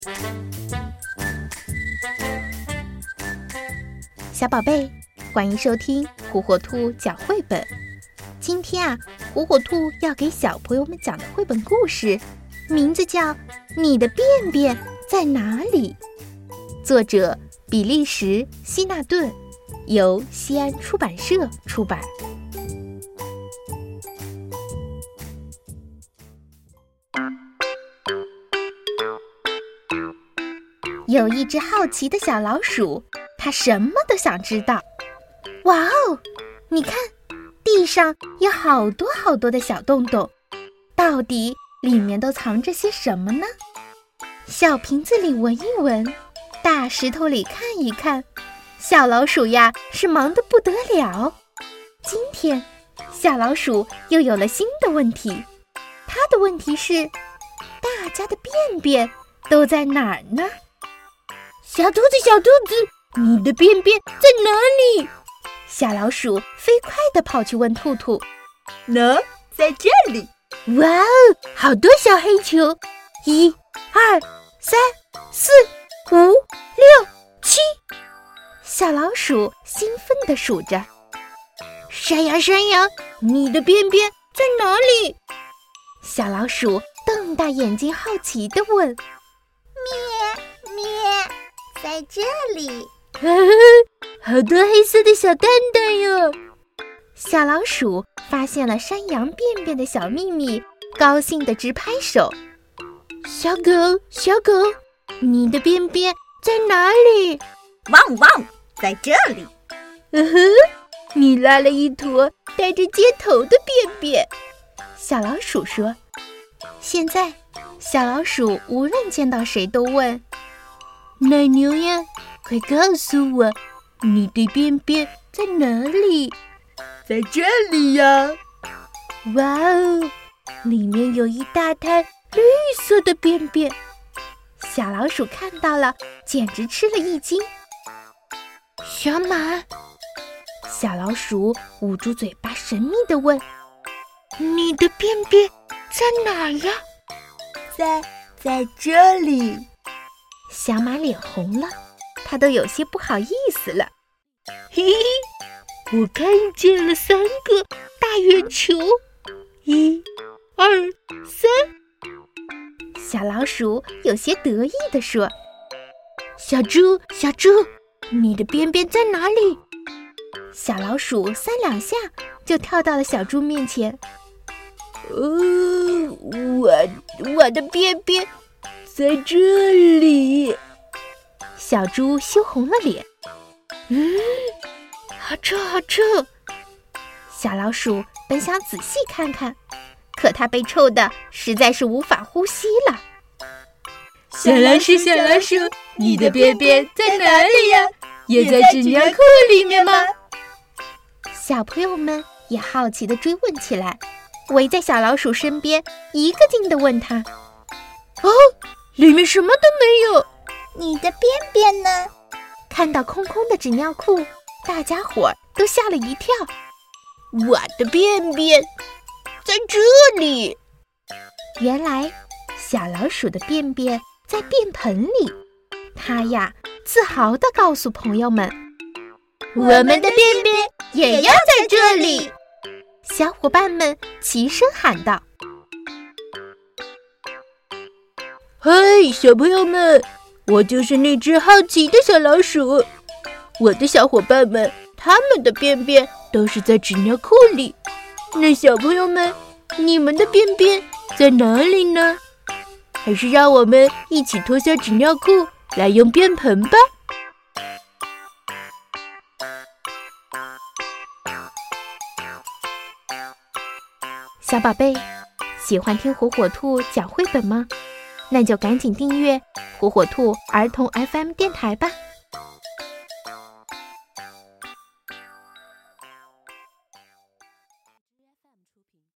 小宝贝，欢迎收听火火兔讲绘本。今天火火兔要给小朋友们讲的绘本故事，名字叫《你的便便在哪里》，作者比利时·希纳顿，由西安出版社出版。有一只好奇的小老鼠，它什么都想知道。哇哦，你看，地上有好多好多的小洞洞，到底里面都藏着些什么呢？小瓶子里闻一闻，大石头里看一看，小老鼠呀是忙得不得了。今天，小老鼠又有了新的问题。它的问题是，大家的便便都在哪儿呢？小兔子，小兔子，你的便便在哪里？小老鼠飞快地跑去问兔兔。 在这里。 哇哦，好多小黑球！1、2、3、4、5、6、7。小老鼠兴奋地数着。山羊，山羊，你的便便在哪里？小老鼠瞪大眼睛，好奇地问。 咩，在这里。 好多黑色的小蛋蛋哟！小老鼠发现了山羊便便的小秘密，高兴地直拍手。小狗，小狗，你的便便在哪里？ 汪汪，在这里。 你拉了一坨带着接头的便便。小老鼠说。现在，小老鼠无论见到谁都问：奶牛呀，快告诉我，你的便便在哪里？ 在这里呀！ 哇哦，里面有一大滩绿色的便便。小老鼠看到了，简直吃了一惊。小马，小老鼠捂住嘴巴，神秘地问：你的便便在哪儿呀？ 在这里。 小马脸红了，他都有些不好意思了。嘿嘿，我看见了3个大圆球。1、2、3。小老鼠有些得意地说：小猪，小猪，你的便便在哪里？小老鼠3、2下就跳到了小猪面前。我的便便在这里。小猪羞红了脸。好臭，好臭！小老鼠本想仔细看看，可它被臭的实在是无法呼吸了。 小老鼠，小老鼠，你的便便在哪里呀？也在纸尿裤里面吗？ 小朋友们也好奇地追问起来，围在小老鼠身边，一个劲地问他：里面什么都没有。 你的便便呢？ 看到空空的纸尿裤，大家伙儿都吓了一跳。我的便便在这里。原来小老鼠的便便在便盆里。它呀，自豪地告诉朋友们： 我们的便便也要在这里。 小伙伴们齐声喊道： 嘿，小朋友们，我就是那只好奇的小老鼠。我的小伙伴们，他们的便便都是在纸尿裤里。那小朋友们，你们的便便在哪里呢？还是让我们一起脱下纸尿裤来用便盆吧。 小宝贝，喜欢听火火兔讲绘本吗？那就赶紧订阅火火兔儿童 FM 电台吧。